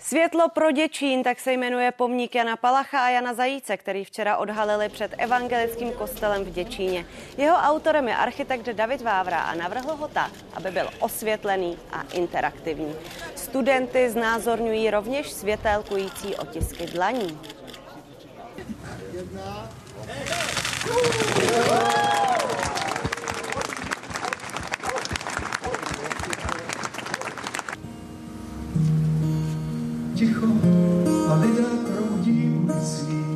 Světlo pro Děčín, tak se jmenuje pomník Jana Palacha a Jana Zajíce, který včera odhalili před evangelickým kostelem v Děčíně. Jeho autorem je architekt David Vávra a navrhl ho tak, aby byl osvětlený a interaktivní. Studenty znázorňují rovněž světélkující otisky dlaní. Ticho a lidé proudí ulicí.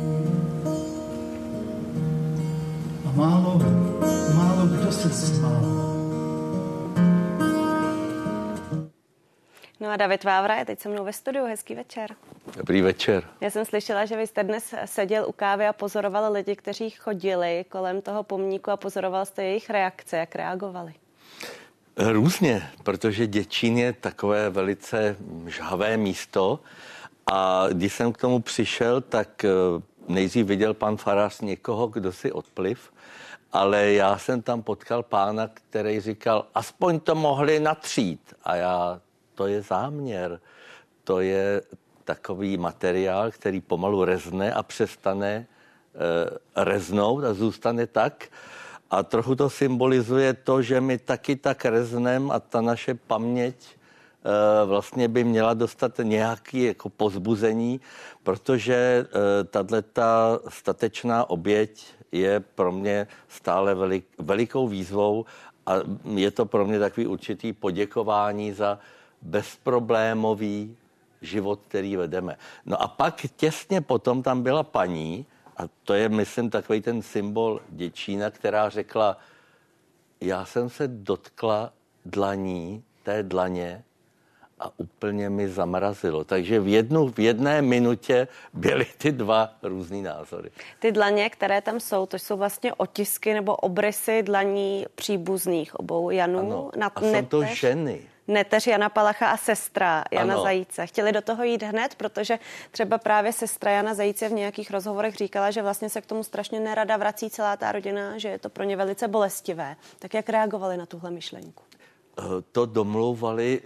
A málo kdo se smál. No a David Vávra je teď se mnou ve studiu. Hezký večer. Dobrý večer. Já jsem slyšela, že vy jste dnes seděl u kávy a pozoroval lidi, kteří chodili kolem toho pomníku a pozoroval jste jejich reakce. Jak reagovali? Různě, protože Děčín je takové velice žhavé místo a když jsem k tomu přišel, tak nejdřív viděl pan farář někoho, kdo si odpliv, ale já jsem tam potkal pána, který říkal, aspoň to mohli natřít. A to je záměr, to je takový materiál, který pomalu rezne a přestane reznout a zůstane tak. A trochu to symbolizuje to, že my taky tak reznem a ta naše paměť vlastně by měla dostat nějaké jako povzbuzení, protože tato statečná oběť je pro mě stále velikou výzvou a je to pro mě takový určitý poděkování za bezproblémový život, který vedeme. No a pak těsně potom tam byla paní, a to je, myslím, takový ten symbol Děčína, která řekla, já jsem se dotkla dlaní, té dlaně a úplně mi zamrazilo. Takže v jedné minutě byly ty dva různý názory. Ty dlaně, které tam jsou, to jsou vlastně otisky nebo obrysy dlaní příbuzných obou Janů. Ano, a jsou to ženy. Neteř Jana Palacha a sestra Jana Zajíce. Chtěli do toho jít hned, protože třeba právě sestra Jana Zajíce v nějakých rozhovorech říkala, že vlastně se k tomu strašně nerada vrací celá ta rodina, že je to pro ně velice bolestivé. Tak jak reagovali na tuhle myšlenku? To domlouvali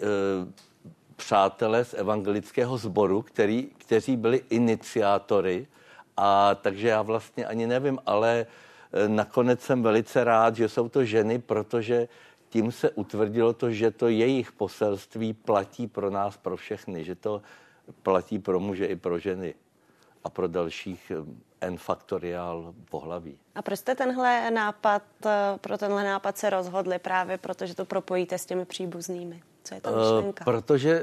přátelé z evangelického sboru, kteří byli iniciátory, a takže já vlastně ani nevím, ale nakonec jsem velice rád, že jsou to ženy, protože tím se utvrdilo to, že to jejich poselství platí pro nás, pro všechny, že to platí pro muže i pro ženy a pro dalších n faktoriál pohlaví. A proč jste pro tenhle nápad se rozhodli právě, protože to propojíte s těmi příbuznými? Co je ta myšlenka? Protože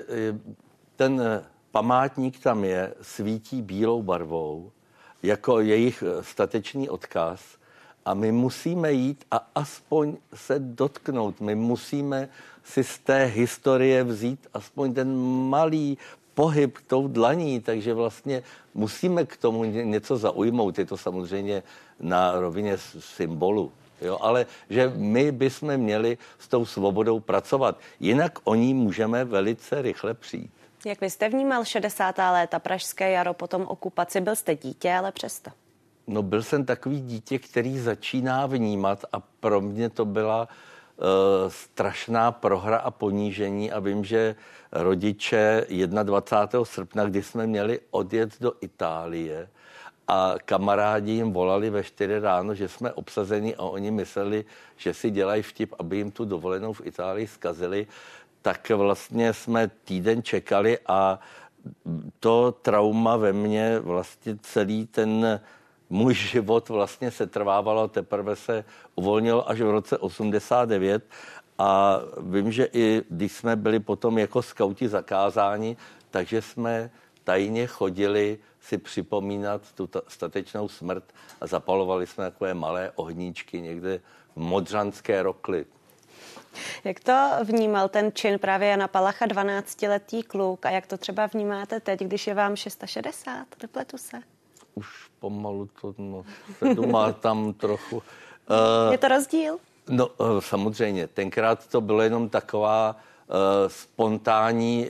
ten památník tam svítí bílou barvou jako jejich statečný odkaz. A my musíme jít a aspoň se dotknout. My musíme si z té historie vzít aspoň ten malý pohyb tou dlaní, takže vlastně musíme k tomu něco zaujmout. Je to samozřejmě na rovině symbolu. Jo? Ale že my bychom měli s tou svobodou pracovat. Jinak o ní můžeme velice rychle přijít. Jak vy jste vnímal 60. léta, pražské jaro, potom okupaci? Byl jste dítě, ale přesto. No, byl jsem takový dítě, který začíná vnímat a pro mě to byla strašná prohra a ponížení a vím, že rodiče 21. srpna, kdy jsme měli odjet do Itálie a kamarádi jim volali ve 4 ráno, že jsme obsazeni a oni mysleli, že si dělají vtip, aby jim tu dovolenou v Itálii zkazili, tak vlastně jsme týden čekali a to trauma ve mně vlastně celý ten můj život vlastně se trvávalo, teprve se uvolnilo až v roce 89 a vím, že i když jsme byli potom jako skauti zakázáni, takže jsme tajně chodili si připomínat tu statečnou smrt a zapalovali jsme takové malé ohníčky někde v Modřanské Rokli. Jak to vnímal ten čin právě Jana Palacha, 12letý kluk, a jak to třeba vnímáte teď, když je vám 660? Nepletu se? Už pomalu to, má tam trochu. Je to rozdíl? No, samozřejmě. Tenkrát to bylo jenom taková spontánní,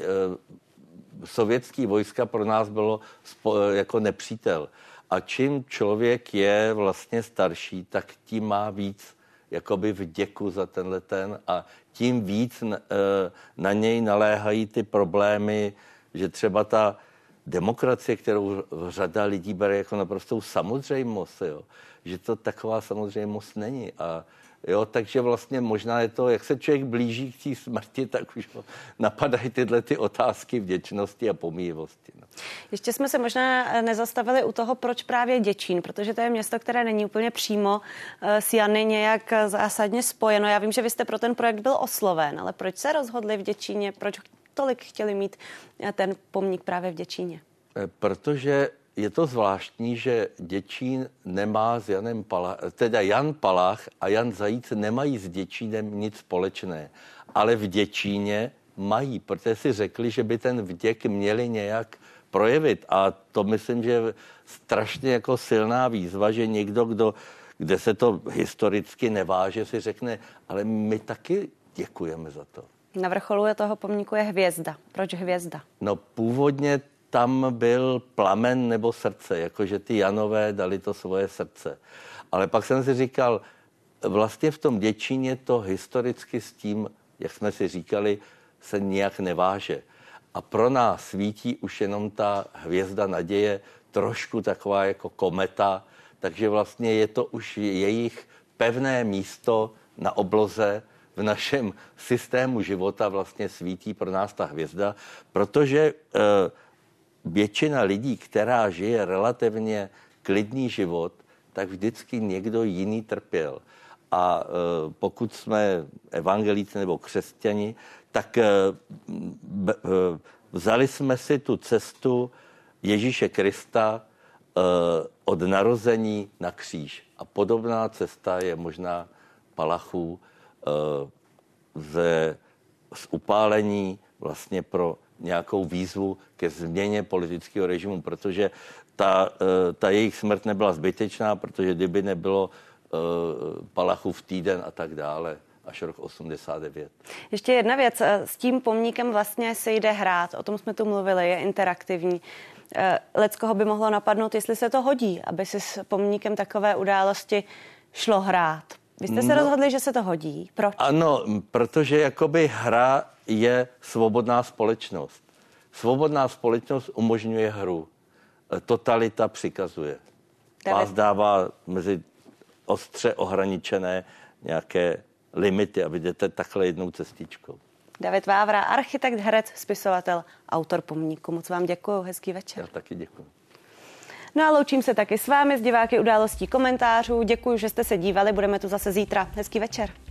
sovětský vojska pro nás bylo jako nepřítel. A čím člověk je vlastně starší, tak tím má víc jakoby vděku za ten a tím víc na něj naléhají ty problémy že třeba ta demokracie, kterou řada lidí bere jako naprostou samozřejmost, jo, že to taková samozřejmost není. A jo, takže vlastně možná je to, jak se člověk blíží k té smrti, tak už napadají tyhle ty otázky vděčnosti a pomíjivosti. No. Ještě jsme se možná nezastavili u toho, proč právě Děčín, protože to je město, které není úplně přímo s Jany nějak zásadně spojeno. Já vím, že vy jste pro ten projekt byl osloven, ale proč se rozhodli v Děčíně, proč tolik chtěli mít ten pomník právě v Děčíně? Protože je to zvláštní, že Děčín nemá s Janem Palach, teda Jan Palach a Jan Zajíc nemají s Děčínem nic společné, ale v Děčíně mají, protože si řekli, že by ten vděk měli nějak projevit. A to myslím, že je strašně jako silná výzva, že někdo, kde se to historicky neváže, si řekne, ale my taky děkujeme za to. Na vrcholu toho pomníku je hvězda. Proč hvězda? No původně tam byl plamen nebo srdce, jakože ty Janové dali to svoje srdce. Ale pak jsem si říkal, vlastně v tom Děčíně to historicky s tím, jak jsme si říkali, se nijak neváže. A pro nás svítí už jenom ta hvězda naděje, trošku taková jako kometa, takže vlastně je to už jejich pevné místo na obloze, v našem systému života vlastně svítí pro nás ta hvězda, protože většina lidí, která žije relativně klidný život, tak vždycky někdo jiný trpěl. A pokud jsme evangelíci nebo křesťani, tak vzali jsme si tu cestu Ježíše Krista od narození na kříž. A podobná cesta je možná Palachů z upálení vlastně pro nějakou výzvu ke změně politického režimu, protože ta jejich smrt nebyla zbytečná, protože kdyby nebylo Palachův týden a tak dále, až rok 89. Ještě jedna věc, s tím pomníkem vlastně se jde hrát, o tom jsme tu mluvili, je interaktivní. Leckoho by mohlo napadnout, jestli se to hodí, aby si s pomníkem takové události šlo hrát. Vy jste se rozhodli, že se to hodí. Proč? Ano, protože jakoby hra je svobodná společnost. Svobodná společnost umožňuje hru. Totalita přikazuje. Vás dává mezi ostře ohraničené nějaké limity a jdete takhle jednou cestičkou. David Vávra, architekt, herec, spisovatel, autor pomníku. Moc vám děkuju, hezký večer. Já taky děkuji. No a loučím se taky s vámi, s diváky Událostí komentářů. Děkuji, že jste se dívali, budeme tu zase zítra. Hezký večer.